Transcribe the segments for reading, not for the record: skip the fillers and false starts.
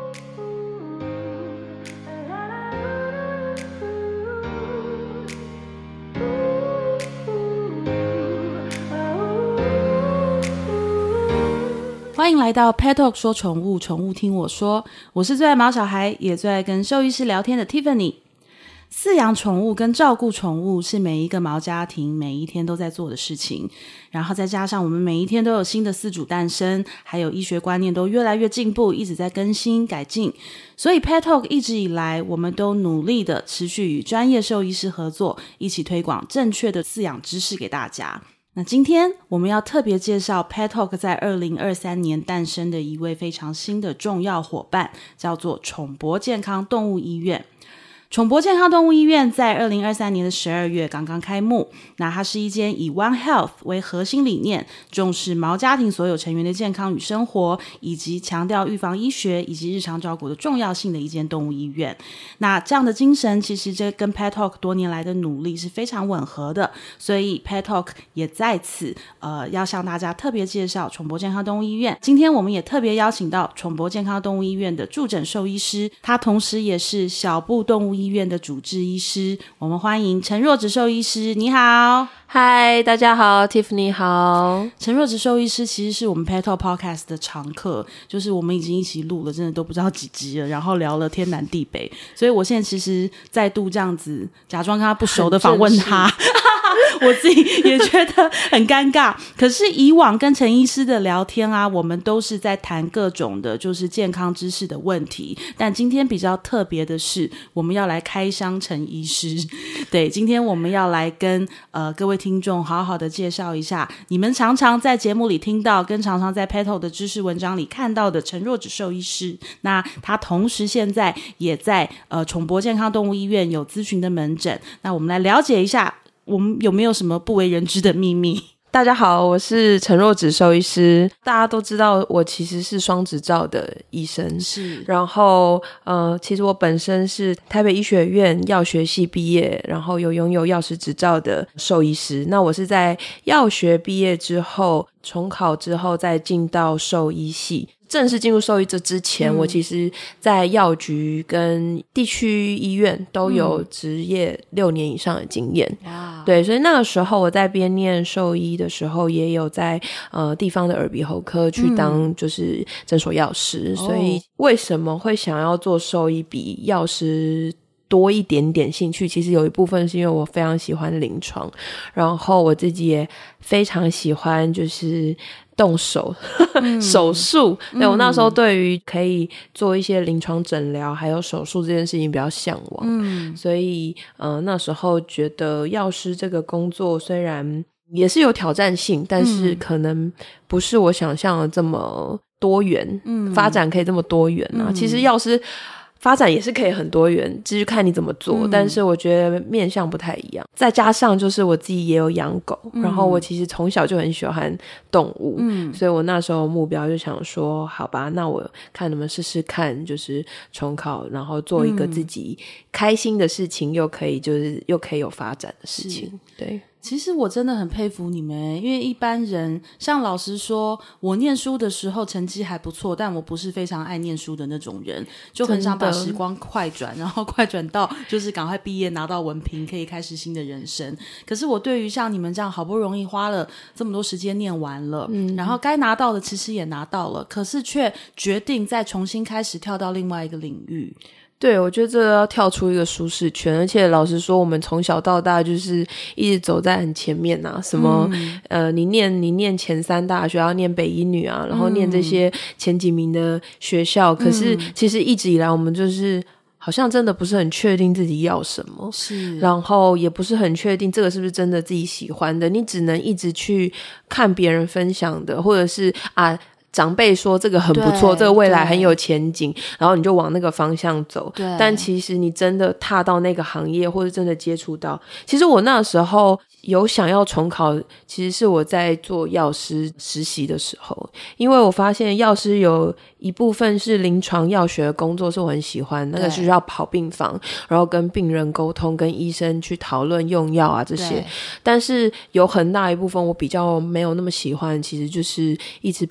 欢迎来到 Pet Talk 说宠物，宠物听我说，我是最爱毛小孩也最爱跟兽医师聊天的 Tiffany。 饲养宠物跟照顾宠物是每一个毛家庭每一天都在做的事情，然后再加上我们每一天都有新的饲主诞生，还有医学观念都越来越进步，一直在更新改进，所以 Pet Talk 一直以来我们都努力的持续与专业兽医师合作，一起推广正确的饲养知识给大家。那今天我们要特别介绍 Pet Talk 在2023年诞生的一位非常新的重要伙伴，叫做宠博健康动物医院。宠博健康动物医院在2023年的12月刚刚开幕，那它是一间以 One Health 为核心理念，重视毛家庭所有成员的健康与生活，以及强调预防医学以及日常照顾的重要性的一间动物医院。那这样的精神其实这跟 Pet Talk 多年来的努力是非常吻合的，所以 Pet Talk 也在此要向大家特别介绍宠博健康动物医院。今天我们也特别邀请到宠博健康动物医院的驻诊兽医师，他同时也是小布动物医院的主治医师，我们欢迎陈若芷兽医师。你好。 嗨，大家好， Tiffany 好。 陈若芷兽医师其实是我们 Pet Talk Podcast 的常客，就是我们已经一起录了真的都不知道几集了，然后聊了天南地北，所以我现在其实再度这样子假装跟他不熟的访问他我自己也觉得很尴尬。可是以往跟陈医师的聊天啊，我们都是在谈各种的就是健康知识的问题，但今天比较特别的是我们要来开箱陈医师。对，今天我们要来跟各位听众好好的介绍一下你们常常在节目里听到跟常常在 Pet Talk 的知识文章里看到的陈若芷兽医师。那他同时现在也在宠博健康动物医院有咨询的门诊，那我们来了解一下我们有没有什么不为人知的秘密。 大家好，我是陈若芷兽医师。大家都知道我其实是双执照的医生， 是。 然后其实我本身是台北医学院药学系毕业，然后拥有药师执照的兽医师。那我是在药学毕业之后重考之后再进到兽医系。正式进入兽医这之前，我其实在药局跟地区医院都有职业6年以上的经验。对，所以那个时候我在边念兽医的时候也有在地方的耳鼻喉科去当就是诊所药师。所以为什么会想要做兽医比药师多一点点兴趣，其实有一部分是因为我非常喜欢临床，然后我自己也非常喜欢就是动手手术。对，我那时候对于可以做一些临床诊疗还有手术这件事情比较向往。所以那时候觉得药师这个工作虽然也是有挑战性，但是可能不是我想象的这么多元，发展可以这么多元啊。其实药师发展也是可以很多元，继续看你怎么做，但是我觉得面向不太一样。再加上就是我自己也有养狗，然后我其实从小就很喜欢动物，所以我那时候目标就想说好吧，那我看能不能试试看就是重考，然后做一个自己开心的事情，又可以有发展的事情。对， 其实我真的很佩服你们，因为一般人像老实说我念书的时候成绩还不错，但我不是非常爱念书的那种人，就很想把时光快转，然后快转到就是赶快毕业拿到文凭可以开始新的人生。可是我对于像你们这样好不容易花了这么多时间念完了，然后该拿到的其实也拿到了，可是却决定再重新开始跳到另外一个领域。 对，我觉得这个要跳出一个舒适圈，而且老实说我们从小到大就是一直走在很前面啊，什么你念前3大学，要念北一女啊，然后念这些前几名的学校，可是其实一直以来我们就是好像真的不是很确定自己要什么， 是， 然后也不是很确定这个是不是真的自己喜欢的，你只能一直去看别人分享的，或者是长辈说这个很不错，这个未来很有前景，然后你就往那个方向走。但其实你真的踏到那个行业或者真的接触到，其实我那时候有想要重考，其实是我在做药师实习的时候，因为我发现药师有一部分是临床药学的工作是我很喜欢，那个是要跑病房，然后跟病人沟通，跟医生去讨论用药啊这些，但是有很大一部分我比较没有那么喜欢，其实就是一直被关在药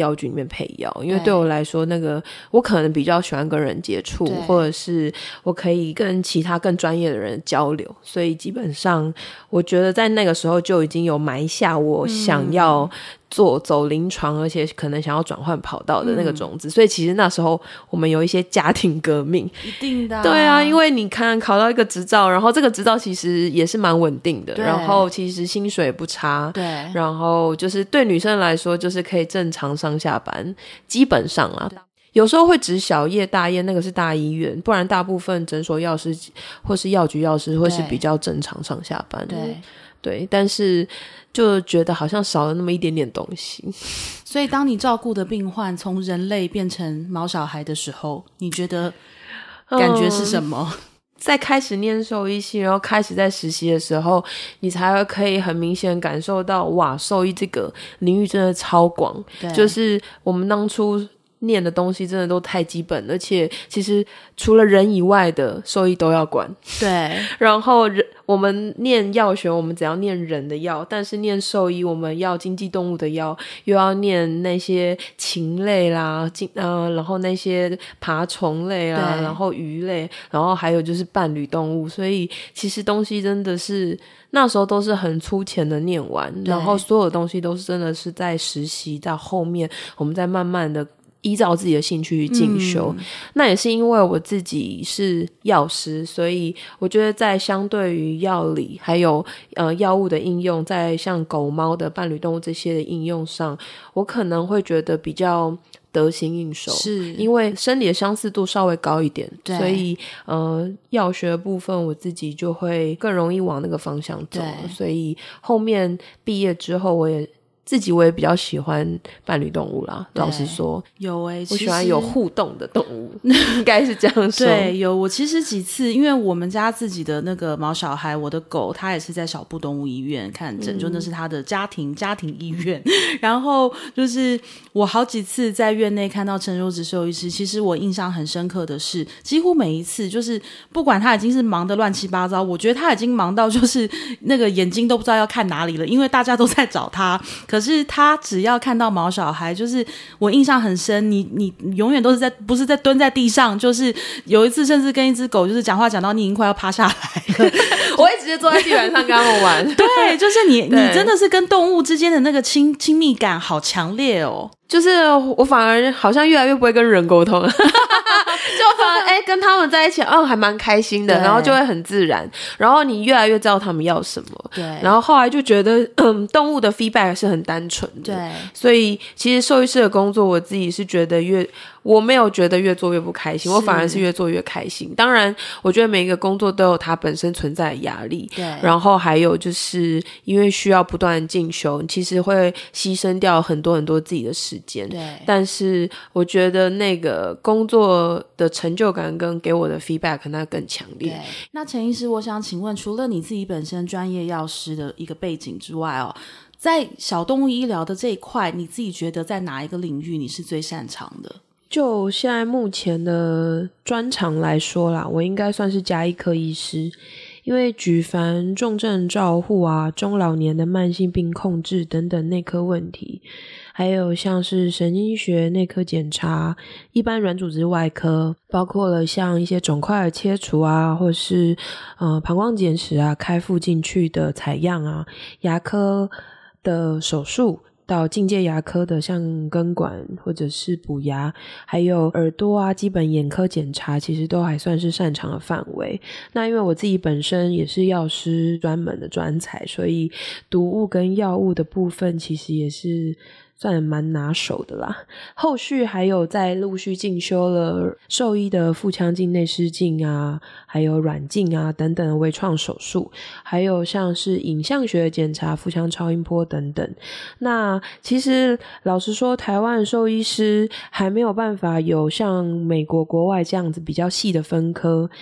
药局里面配药，因为对我来说那个我可能比较喜欢跟人接触，或者是我可以跟其他更专业的人交流，所以基本上我觉得在那个时候就已经有埋下我想要走临床，而且可能想要转换跑道的那个种子，所以其实那时候我们有一些家庭革命， 一定的对啊，因为你看考到一个执照，然后这个执照其实也是蛮稳定的，然后其实薪水也不差， 对， 然后就是对女生来说就是可以正常上下班，基本上啦。有时候会值小夜大夜，那个是大医院，不然大部分诊所药师或是药局药师会是比较正常上下班的，对，但是就觉得好像少了那么一点点东西。 所以当你照顾的病患从人类变成毛小孩的时候，你觉得感觉是什么？ 在开始念兽医系，然后开始在实习的时候，你才会可以很明显感受到，哇，兽医这个领域真的超广，就是我们当初念的东西真的都太基本，而且其实除了人以外的兽医都要管。 对， 然后我们念药学，我们只要念人的药，但是念兽医，我们要经济动物的药，又要念那些禽类啦，然后那些爬虫类啦，然后鱼类，然后还有就是伴侣动物，所以其实东西真的是那时候都是很粗浅的念完，然后所有东西都是真的是在实习到后面，我们再慢慢的依照自己的兴趣去进修，那也是因为我自己是药师，所以我觉得在相对于药理还有药物的应用，在像狗猫的伴侣动物这些的应用上，我可能会觉得比较得心应手，是因为生理的相似度稍微高一点，所以药学的部分我自己就会更容易往那个方向走，所以后面毕业之后我也比较喜欢伴侣动物啦，老实说有我喜欢有互动的动物应该是这样说。 对，有我其实几次，因为我们家自己的那个毛小孩，我的狗它也是在小部动物医院看诊，就那是它的家庭医院然后就是我好几次在院内看到陈柔子兽医师，其实我印象很深刻的是，几乎每一次就是不管他已经是忙得乱七八糟，我觉得他已经忙到就是那个眼睛都不知道要看哪里了，因为大家都在找他，可是他只要看到毛小孩，就是我印象很深，你永远都是不是在蹲在地上，就是有一次甚至跟一只狗就是讲话讲到你已经快要趴下来了我会直接坐在地板上跟他们玩对，就是你真的是跟动物之间的那个亲密感好强烈哦， 就是我反而好像越来越不会跟人沟通就反而跟他们在一起还蛮开心的，然后就会很自然，然后你越来越知道他们要什么，对，然后后来就觉得动物的 feedback 是很单纯的，对，所以其实兽医师的工作我自己是觉得我没有觉得越做越不开心，我反而是越做越开心。当然我觉得每一个工作都有它本身存在的压力，对，然后还有就是因为需要不断进修，其实会牺牲掉很多很多自己的时间，对，但是我觉得那个工作的成就感跟给我的 feedback 那更强烈。对， 那陈医师，我想请问，除了你自己本身专业药师的一个背景之外在小动物医疗的这一块，你自己觉得在哪一个领域你是最擅长的？ 就现在目前的专长来说啦，我应该算是家医科医师，因为举凡重症照护啊、中老年的慢性病控制等等内科问题，还有像是神经学内科检查、一般软组织外科，包括了像一些肿块的切除啊，或是膀胱结石啊开腹进去的采样啊，牙科的手术，到进阶牙科的像根管或者是补牙，还有耳朵啊基本眼科检查，其实都还算是擅长的范围。那因为我自己本身也是药师专门的专才，所以毒物跟药物的部分其实也是算蛮拿手的啦。后续还有在陆续进修了兽医的腹腔镜、内视镜啊，还有软镜啊等等的微创手术，还有像是影像学的检查、腹腔超音波等等。那其实老实说，台湾兽医师还没有办法有像美国国外这样子比较细的分科。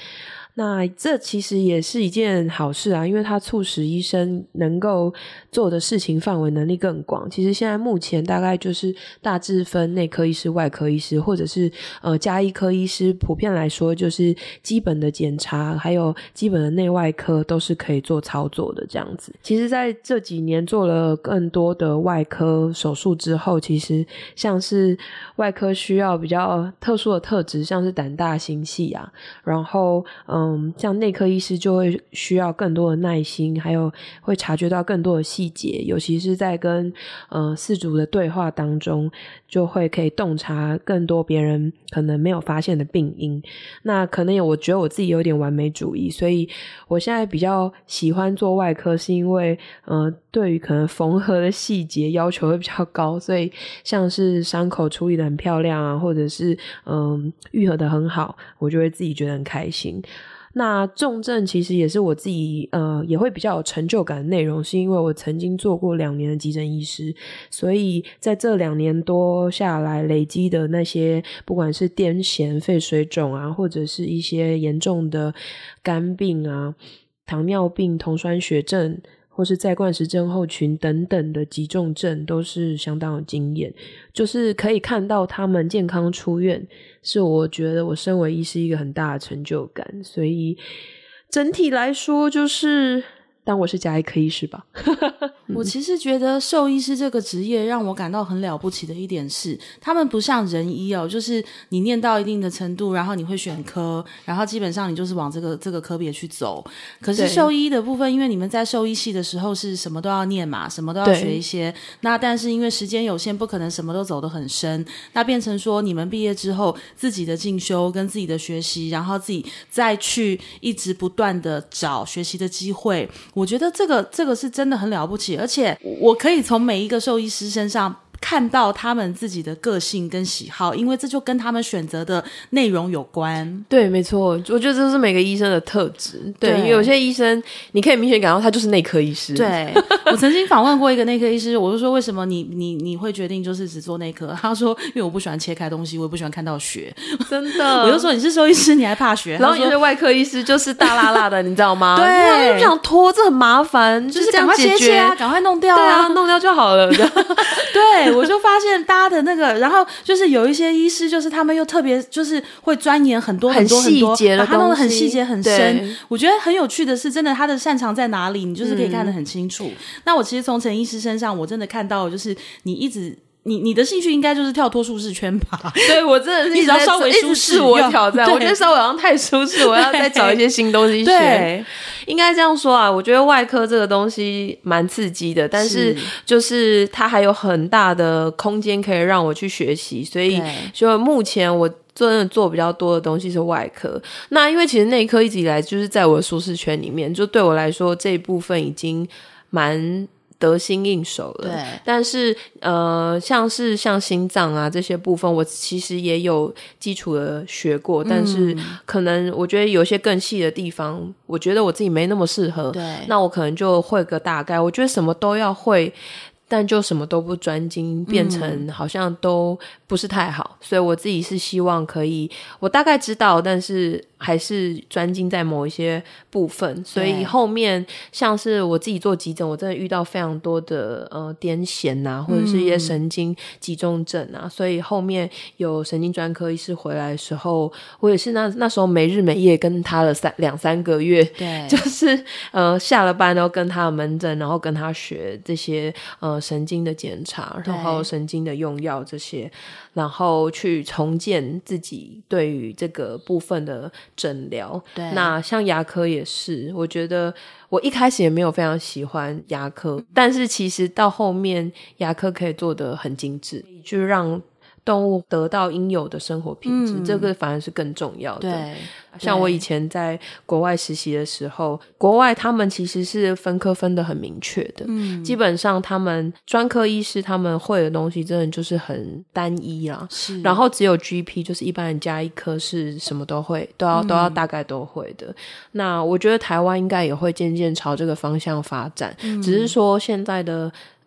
那这其实也是一件好事啊，因为它促使医生能够做的事情范围能力更广。其实现在目前大概就是大致分内科医师、外科医师，或者是家医科医师，普遍来说就是基本的检查还有基本的内外科都是可以做操作的这样子。其实在这几年做了更多的外科手术之后，其实像是外科需要比较特殊的特质，像是胆大心细啊，然后像内科医师就会需要更多的耐心，还有会察觉到更多的细节，尤其是在跟饲主的对话当中，就会可以洞察更多别人可能没有发现的病因。那可能我觉得我自己有点完美主义，所以我现在比较喜欢做外科，是因为对于可能缝合的细节要求会比较高，所以像是伤口处理得很漂亮啊，或者是愈合得很好，我就会自己觉得很开心。那重症其实也是我自己也会比较有成就感的内容，是因为我曾经做过2年的急诊医师，所以在这2年多下来累积的那些不管是癫痫、肺水肿啊，或者是一些严重的肝病啊、糖尿病、酮酸血症或是再灌食症候群等等的急重症，都是相当有经验，就是可以看到他们健康出院，是我觉得我身为医师一个很大的成就感。所以整体来说就是当我是家医科医师吧。 我其实觉得兽医师这个职业让我感到很了不起的一点是，他们不像人医哦，就是你念到一定的程度，然后你会选科，然后基本上你就是往这个科别去走。可是兽医的部分，因为你们在兽医系的时候是什么都要念嘛，什么都要学一些，那但是因为时间有限，不可能什么都走得很深，那变成说你们毕业之后自己的进修跟自己的学习，然后自己再去一直不断的找学习的机会，我觉得这个是真的很了不起，而且我可以从每一个兽医师身上看到他们自己的个性跟喜好，因为这就跟他们选择的内容有关。 对，没错，我觉得这是每个医生的特质。对，因为有些医生你可以明显感到他就是内科医师。 对，我曾经访问过一个内科医师，我就说为什么你会决定就是只做内科？他说因为我不喜欢切开东西，我也不喜欢看到血。 真的。 我就说你是兽医师你还怕血？ 然后有些外科医师就是大辣辣的你知道吗？ 对， 不想拖，这很麻烦， 就是这样解决， 赶快切啊，赶快弄掉啊。 对啊，弄掉就好了。 对，我就发现大家的那个，然后就是有一些医师，就是他们又特别就是会钻研很多很多很多细节的东西， 把它弄得很细节很深。我觉得很有趣的是，真的他的擅长在哪里，你就是可以看得很清楚。那我其实从陈医师身上，我真的看到就是你一直。你的兴趣应该就是跳脱舒适圈吧？ 对，我真的是你只要稍微舒适， 我挑战。我觉得稍微好像太舒适，我要再找一些新东西学。对，应该这样说啊。我觉得外科这个东西蛮刺激的，但是就是它还有很大的空间可以让我去学习，所以就目前我真的做比较多的东西是外科。那因为其实内科一直以来就是在我的舒适圈里面，就对我来说这一部分已经蛮得心应手了。 对， 但是像心脏啊这些部分我其实也有基础的学过，但是可能我觉得有些更细的地方我觉得我自己没那么适合， 对， 那我可能就会个大概。我觉得什么都要会，但就什么都不专精，变成好像都不是太好。所以我自己是希望可以，我大概知道，但是还是专精在某一些部分。所以后面像是我自己做急诊，我真的遇到非常多的癫痫啊，或者是一些神经急重症啊，所以后面有神经专科医师回来的时候，我也是那时候没日没夜跟他了2-3个月。 对， 就是下了班都跟他的门诊，然后跟他学这些神经的检查，然后神经的用药这些，然后去重建自己对于这个部分的诊疗。 对， 那像牙科也是，我觉得我一开始也没有非常喜欢牙科，但是其实到后面牙科可以做得很精致，就让动物得到应有的生活品质，这个反而是更重要的。 对， 像我以前在国外实习的时候，国外他们其实是分科分得很明确的，基本上他们专科医师他们会的东西真的就是很单一啦， 是， 然后只有 GP 就是一般人加一科是什么都会，都要大概都会的。那我觉得台湾应该也会渐渐朝这个方向发展，只是说现在的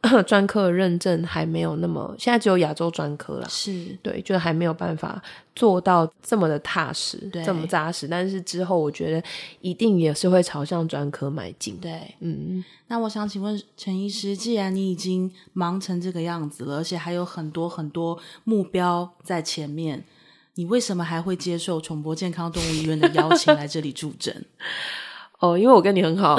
专科的认证还没有那么，现在只有亚洲专科啦， 是， 对，就还没有办法做到这么的踏实，这么扎实，但是之后我觉得一定也是会朝向专科迈进。 对，那我想请问陈医师，既然你已经忙成这个样子了，而且还有很多很多目标在前面，你为什么还会接受宠博健康动物医院的邀请来这里助诊？ 哦，因为我跟你很好。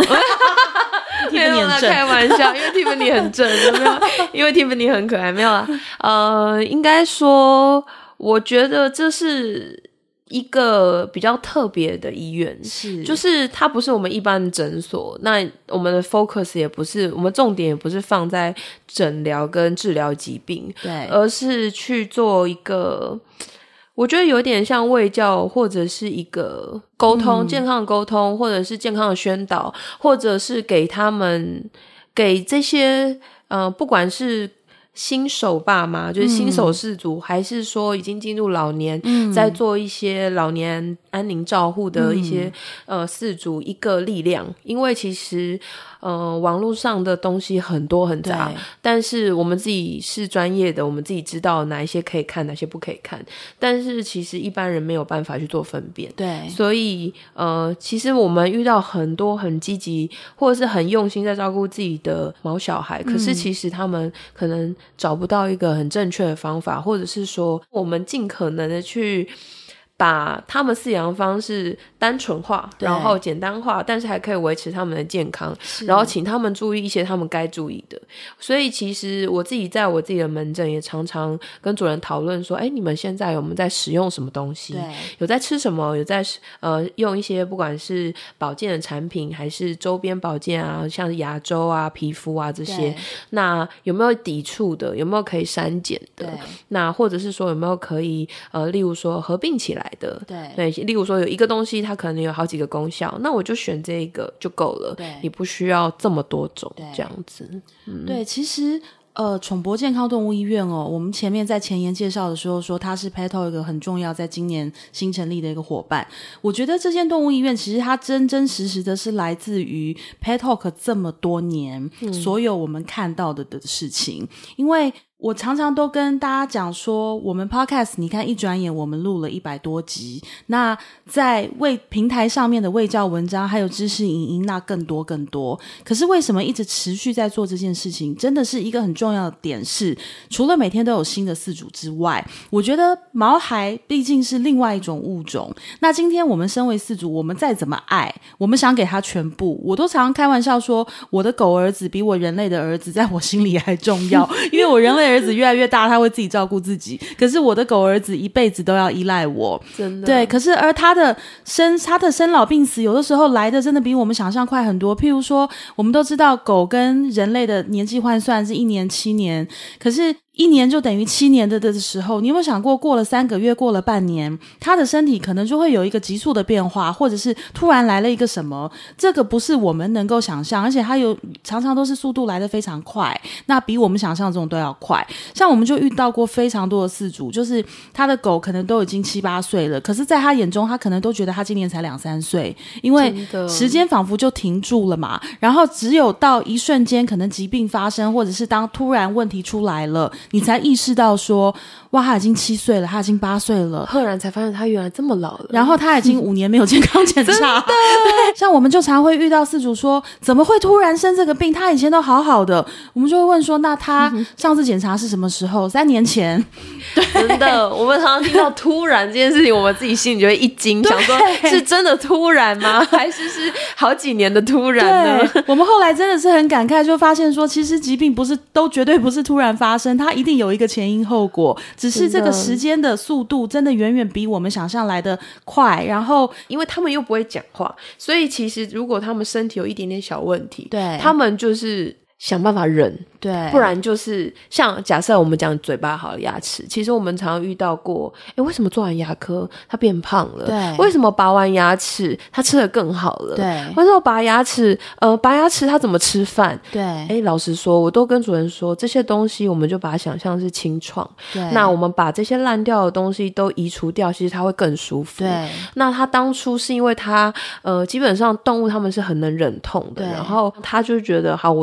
Tiffany 很正， 开玩笑，因为 Tiffany 很正，有没有？因为 Tiffany 很可爱，没有啦。应该说，我觉得这是一个比较特别的医院，就是它不是我们一般的诊所，那我们的 focus 也不是，我们重点也不是放在诊疗跟治疗疾病， 对， 而是去做一个。我觉得有点像卫教，或者是一个沟通，健康的沟通，或者是健康的宣导，或者是给这些不管是新手爸妈，就是新手饲主，还是说已经进入老年，在做一些老年安宁照护的一些饲主一个力量，因为其实网络上的东西很多很杂，但是我们自己是专业的，我们自己知道哪一些可以看，哪些不可以看，但是其实一般人没有办法去做分辨。 对， 所以其实我们遇到很多很积极或者是很用心在照顾自己的毛小孩，可是其实他们可能找不到一个很正确的方法，或者是说我们尽可能的去把他们饲养方式单纯化，然后简单化，但是还可以维持他们的健康，然后请他们注意一些他们该注意的。所以其实我自己在我自己的门诊也常常跟主人讨论说，你们现在有没有在使用什么东西，有在吃什么，有在用一些不管是保健的产品还是周边保健啊，像是牙周啊皮肤啊这些，那有没有抵触的，有没有可以删减的，那或者是说有没有可以例如说合并起来的，对，例如说有一个东西它可能有好几个功效，那我就选这一个就够了，你不需要这么多种这样子。 对，其实宠博健康动物医院我们前面在前言介绍的时候说它是 PetTalk 一个很重要在今年新成立的一个伙伴。我觉得这间动物医院其实它真真实实的是来自于 PetTalk 这么多年所有我们看到的事情，因为我常常都跟大家讲说，我们 podcast 你看一转眼我们录了100多集，那在平台上面的卫教文章还有知识影音那更多，可是为什么一直持续在做这件事情，真的是一个很重要的点是，除了每天都有新的饲主之外，我觉得毛孩毕竟是另外一种物种，那今天我们身为饲主，我们再怎么爱，我们想给他全部，我都常常开玩笑说，我的狗儿子比我人类的儿子在我心里还重要，因为我人类儿子越来越大，他会自己照顾自己，可是我的狗儿子一辈子都要依赖我， 真的。 对，可是而他的生老病死有的时候来的真的比我们想象快很多，譬如说我们都知道狗跟人类的年纪换算是1年7年，可是1年就等于7年的时候，你有没有想过，过了3个月，过了半年，他的身体可能就会有一个急速的变化，或者是突然来了一个什么，这个不是我们能够想象，而且它常常都是速度来得非常快，那比我们想象中都要快。像我们就遇到过非常多的饲主，就是他的狗可能都已经7、8岁了，可是在他眼中他可能都觉得他今年才2、3岁，因为时间仿佛就停住了嘛，然后只有到一瞬间可能疾病发生，或者是当突然问题出来了，你才意识到说，哇，他已经7岁了，他已经8岁了， 赫然才发现他原来这么老了， 然后他已经5年没有健康检查对，像我们就常会遇到饲主说，怎么会突然生这个病，他以前都好好的，我们就会问说，那他上次检查是什么时候？3年前。 真的，我们常常听到突然这件事情，我们自己心里就会一惊，想说是真的突然吗？还是好几年的突然呢？ 我们后来真的是很感慨，就发现说，其实疾病绝对不是突然发生，它一定有一个前因后果，只是这个时间的速度真的远远比我们想象来的快。然后， 因为他们又不会讲话，所以其实如果他们身体有一点点小问题， 对， 他们就是想办法忍， 对， 不然就是像假设我们讲嘴巴好了，牙齿，其实我们常常遇到过，为什么做完牙科他变胖了？ 对， 为什么拔完牙齿他吃得更好了？ 对， 为什么拔牙齿他怎么吃饭？ 对， 老实说，我都跟主人说，这些东西我们就把它想象是清创， 对， 那我们把这些烂掉的东西都移除掉，其实它会更舒服。 对， 那他当初是因为他基本上动物他们是很能忍痛的，然后他就觉得好，我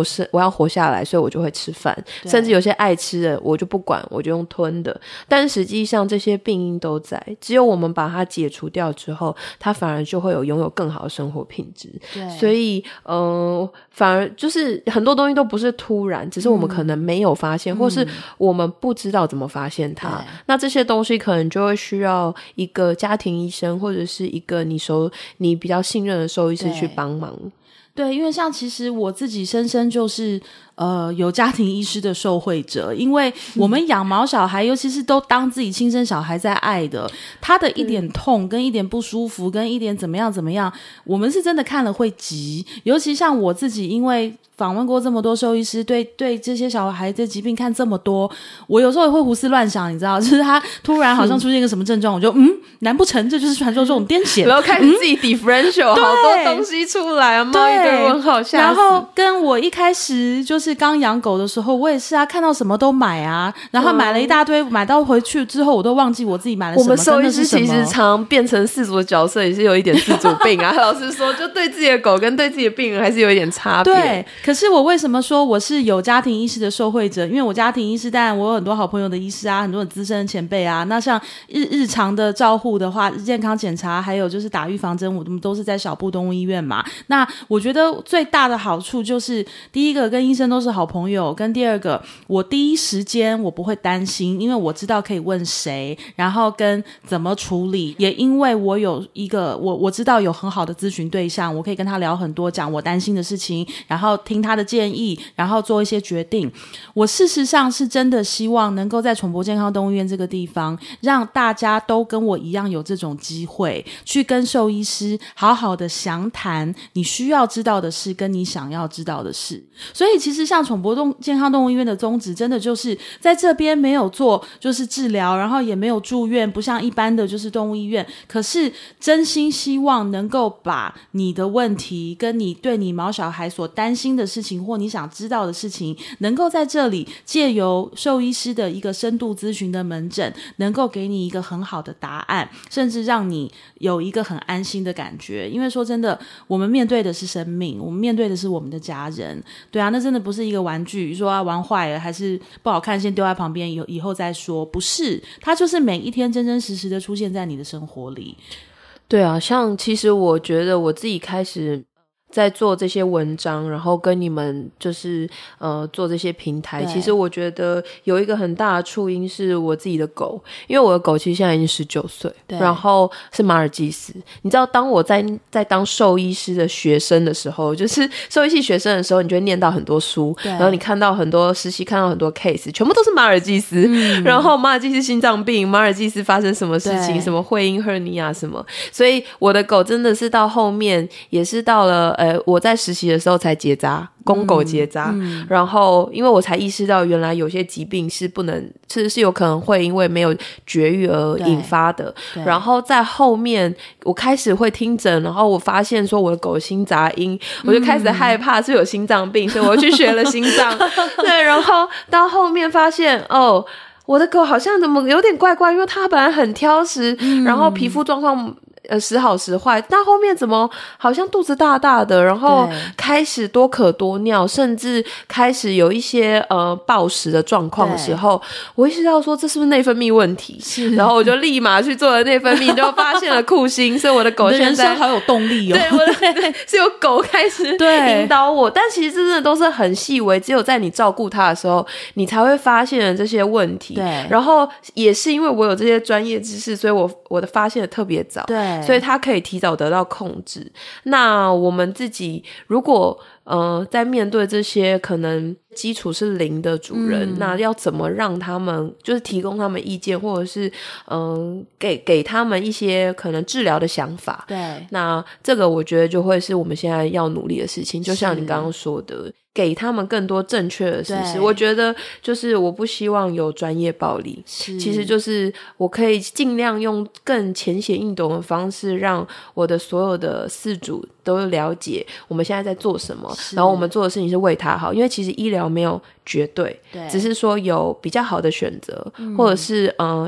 要活下来，所以我就会吃饭，甚至有些爱吃的我就不管，我就用吞的。但实际上这些病因都在，只有我们把它解除掉之后，它反而就会拥有更好的生活品质。所以反而就是很多东西都不是突然，只是我们可能没有发现，或是我们不知道怎么发现它。那这些东西可能就会需要一个家庭医生，或者是一个你比较信任的兽医师去帮忙。 对，因为像其实我自己深深就是有家庭医师的受惠者，因为我们养毛小孩尤其是都当自己亲生小孩在爱的，他的一点痛跟一点不舒服跟一点怎么样，我们是真的看了会急。尤其像我自己因为访问过这么多兽医师，对这些小孩的疾病看这么多，我有时候也会胡思乱想，你知道，就是他突然好像出现一个什么症状，我就难不成这就是传说中癫痫？ 然后开始自己 differential 好多东西出来啊，冒一堆问号，吓死。 然后跟我一开始就是刚养狗的时候，我也是啊，看到什么都买啊，然后买了一大堆，买到回去之后我都忘记我自己买了什么。 我们兽医师其实常变成饲主的角色，也是有一点饲主病啊。老实说，就对自己的狗跟对自己的病人还是有一点差别。 对，可是我为什么说我是有家庭医师的受惠者？因为我家庭医师，当然我有很多好朋友的医师啊，很多很资深的前辈啊。那像日常的照护的话，健康检查，还有就是打预防针，我们都是在小步动物医院嘛。那我觉得最大的好处就是，第一个跟医生都是好朋友，跟第二个我第一时间我不会担心，因为我知道可以问谁，然后跟怎么处理，也因为我有一个我知道有很好的咨询对象，我可以跟他聊很多，讲我担心的事情，然后听他的建议，然后做一些决定。我事实上是真的希望能够在宠博健康动物医院这个地方，让大家都跟我一样有这种机会，去跟兽医师好好的详谈你需要知道的事跟你想要知道的事。所以其实像宠博健康动物医院的宗旨真的就是在这边没有做就是治疗，然后也没有住院，不像一般的就是动物医院，可是真心希望能够把你的问题跟你对你毛小孩所担心的事情或你想知道的事情，能够在这里借由兽医师的一个深度咨询的门诊，能够给你一个很好的答案，甚至让你有一个很安心的感觉。因为说真的，我们面对的是生命，我们面对的是我们的家人。对啊，那真的不是一个玩具，说玩坏了还是不好看先丢在旁边，以后再说，不是，它就是每一天真真实实的出现在你的生活里。 对啊，像其实我觉得我自己开始在做这些文章，然后跟你们就是做这些平台，其实我觉得有一个很大的触因是我自己的狗，因为我的狗其实现在已经19岁，然后是马尔济斯。你知道当我在当兽医师的学生的时候，就是兽医系学生的时候，你就会念到很多书，然后你看到很多实习，看到很多 case， 全部都是马尔济斯，然后马尔济斯心脏病，马尔济斯发生什么事情，什么会阴赫尼亚什么，所以我的狗真的是到后面也是到了我在实习的时候才结扎，公狗结扎，然后因为我才意识到原来有些疾病是不能是有可能会因为没有绝育而引发的。然后在后面我开始会听诊，然后我发现说我的狗心杂音，我就开始害怕是有心脏病，所以我去学了心脏对，然后到后面发现我的狗好像怎么有点怪怪，因为它本来很挑食，然后皮肤状况时好时坏，但后面怎么好像肚子大大的，然后开始多渴多尿，甚至开始有一些暴食的状况的时候，我意识到说这是不是内分泌问题，然后我就立马去做了内分泌，就发现了库欣，所以我的狗现在人生好有动力哦。 对，我是有狗开始引导我，但其实真的都是很细微，只有在你照顾它的时候你才会发现这些问题。 对， 然后也是因为我有这些专业知识，所以我的发现的特别早， 对， 所以它可以提早得到控制。那我们自己如果在面对这些可能基础是零的主人，那要怎么让他们就是提供他们意见，或者是给他们一些可能治疗的想法。 对， 那这个我觉得就会是我们现在要努力的事情，就像你刚刚说的，给他们更多正确的事实。我觉得就是我不希望有专业暴力，其实就是我可以尽量用更浅显易懂的方式，让我的所有的饲主都了解我们现在在做什么，然后我们做的事情是为他好。因为其实医疗没有绝对，只是说有比较好的选择，或者是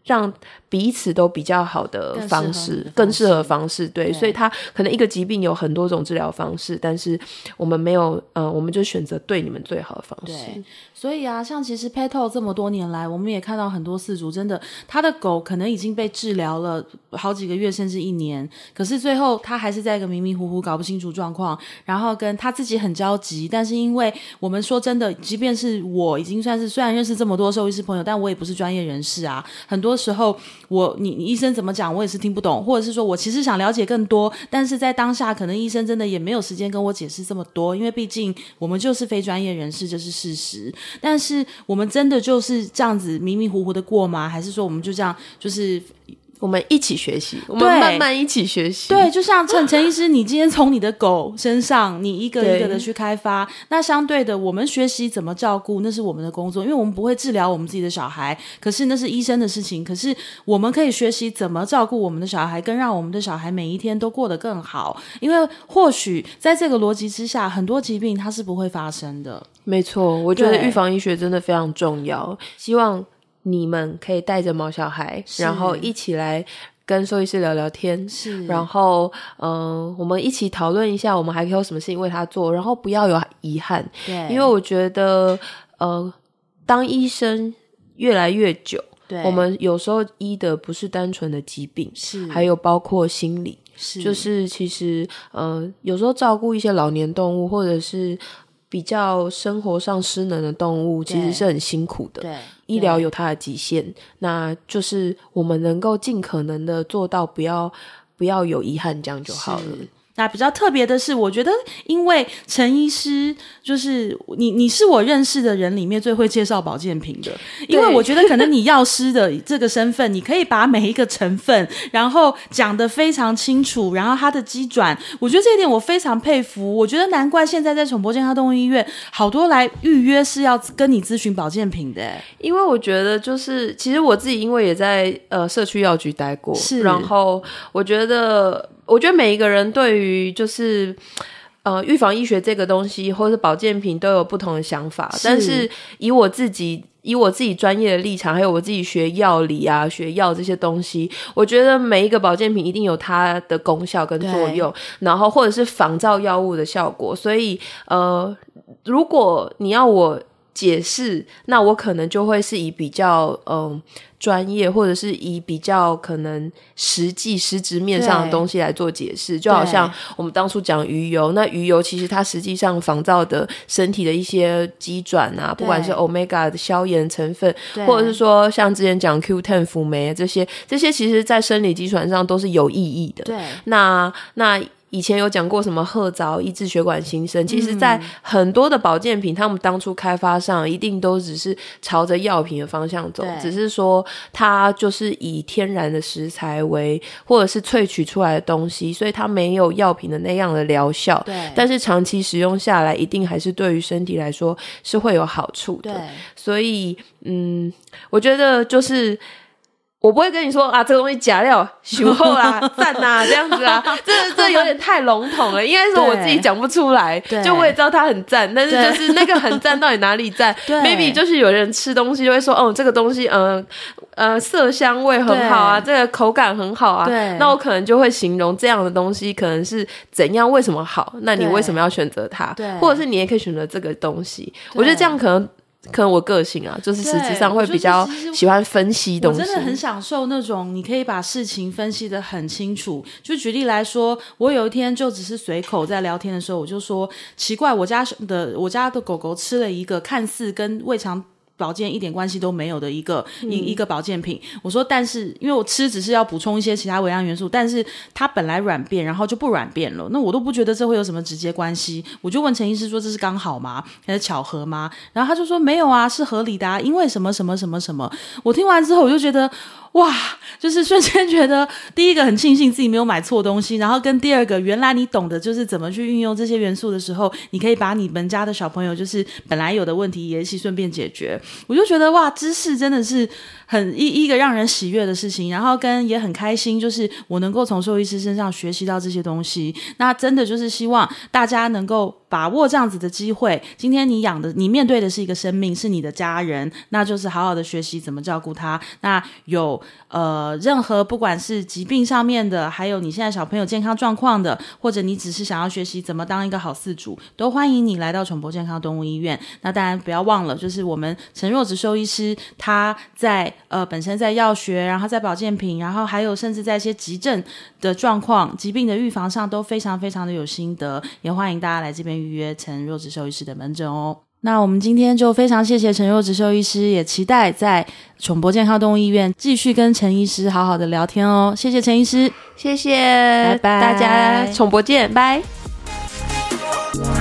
让彼此都比较好的方式，更适合方式，对，所以他可能一个疾病有很多种治疗方式，但是我们没有我们就选择对你们最好的方式。 对，所以啊，像其实 Petal 这么多年来，我们也看到很多饲主真的他的狗可能已经被治疗了好几个月甚至1年，可是最后他还是在一个迷迷糊糊搞不清楚状况，然后跟他自己很焦急，但是因为我们说真的，即便是我已经算是虽然认识这么多兽医师朋友，但我也不是专业人士啊，很多时候你医生怎么讲我也是听不懂，或者是说我其实想了解更多，但是在当下可能医生真的也没有时间跟我解释这么多，因为毕竟我们就是非专业人士，这是事实。但是我们真的就是这样子迷迷糊糊的过吗？还是说我们就这样就是我们一起学习，我们慢慢一起学习。 对，就像陈医师，你今天从你的狗身上，你一个一个的去开发，那相对的，我们学习怎么照顾，那是我们的工作，因为我们不会治疗我们自己的小孩，可是那是医生的事情。可是我们可以学习怎么照顾我们的小孩，跟让我们的小孩每一天都过得更好。因为或许在这个逻辑之下，很多疾病它是不会发生的。 没错，我觉得预防医学真的非常重要，希望你们可以带着毛小孩，然后一起来跟兽医师聊聊天， 是， 然后我们一起讨论一下我们还可以有什么事情为他做，然后不要有遗憾。 对， 因为我觉得当医生越来越久， 对， 我们有时候医的不是单纯的疾病， 是， 还有包括心理， 是， 就是其实有时候照顾一些老年动物或者是比较生活上失能的动物其实是很辛苦的， 对， 医疗有它的极限，那就是我们能够尽可能的做到不要有遗憾，这样就好了。 那比较特别的是，我觉得因为陈医师就是你是我认识的人里面最会介绍保健品的，因为我觉得可能你药师的这个身份，你可以把每一个成分然后讲得非常清楚，然后它的机转，我觉得这一点我非常佩服。我觉得难怪现在在宠博健康动物医院好多来预约是要跟你咨询保健品的， 因为我觉得就是其实我自己因为也在社区药局待过， 是， 然后我觉得每一个人对于就是预防医学这个东西或是保健品都有不同的想法，但是以我自己专业的立场，还有我自己学药理啊学药这些东西，我觉得每一个保健品一定有它的功效跟作用，然后或者是仿照药物的效果，所以如果你要我解释，那我可能就会是以比较专业或者是以比较可能实质面上的东西来做解释，就好像我们当初讲鱼油，那鱼油其实它实际上仿造的身体的一些机转啊，不管是 omega 的消炎成分，或者是说像之前讲 Q10 辅酶这些其实在生理基础上都是有意义的。 对， 那以前有讲过什么褐藻抑制血管新生，其实在很多的保健品他们当初开发上一定都只是朝着药品的方向走，只是说它就是以天然的食材为或者是萃取出来的东西，所以它没有药品的那样的疗效，但是长期使用下来一定还是对于身体来说是会有好处的。所以我觉得就是我不会跟你说啊，这个东西假料雄厚啦赞啊这样子啊，这有点太笼统了，应该是我自己讲不出来，就我也知道它很赞，但是就是那个很赞到底哪里赞maybe 就是有人吃东西就会说哦这个东西色香味很好啊，这个口感很好啊，那我可能就会形容这样的东西可能是怎样为什么好，那你为什么要选择它，或者是你也可以选择这个东西，我觉得这样可能我个性啊，就是实质上会比较喜欢分析东西。 我真的很享受那种你可以把事情分析得很清楚。就举例来说，我有一天就只是随口在聊天的时候，我就说奇怪，我家的狗狗吃了一个看似跟胃肠保健一点关系都没有的一个保健品，我说但是因为我吃只是要补充一些其他微量元素，但是它本来软便然后就不软便了，那我都不觉得这会有什么直接关系，我就问陈医师说这是刚好吗还是巧合吗，然后他就说没有啊是合理的啊，因为什么什么什么什么。我听完之后我就觉得哇，就是瞬间觉得第一个很庆幸自己没有买错东西，然后跟第二个原来你懂得就是怎么去运用这些元素的时候，你可以把你们家的小朋友就是本来有的问题也一起顺便解决。我就觉得哇，知识真的是很一个让人喜悦的事情，然后也很开心，就是我能够从兽医师身上学习到这些东西。那真的就是希望大家能够把握这样子的机会。今天你面对的是一个生命，是你的家人，那就是好好的学习怎么照顾他。那有任何不管是疾病上面的，还有你现在小朋友健康状况的，或者你只是想要学习怎么当一个好饲主，都欢迎你来到宠博健康动物医院。那当然不要忘了，就是我们陈若芷兽医师，他在本身在药学，然后在保健品，然后还有甚至在一些急症的状况、疾病的预防上都非常非常的有心得，也欢迎大家来这边预约陈若芷兽医师的门诊哦。那我们今天就非常谢谢陈若芷兽医师，也期待在宠博健康动物医院继续跟陈医师好好的聊天哦。谢谢陈医师， 谢谢， 拜拜， 大家宠博见，拜。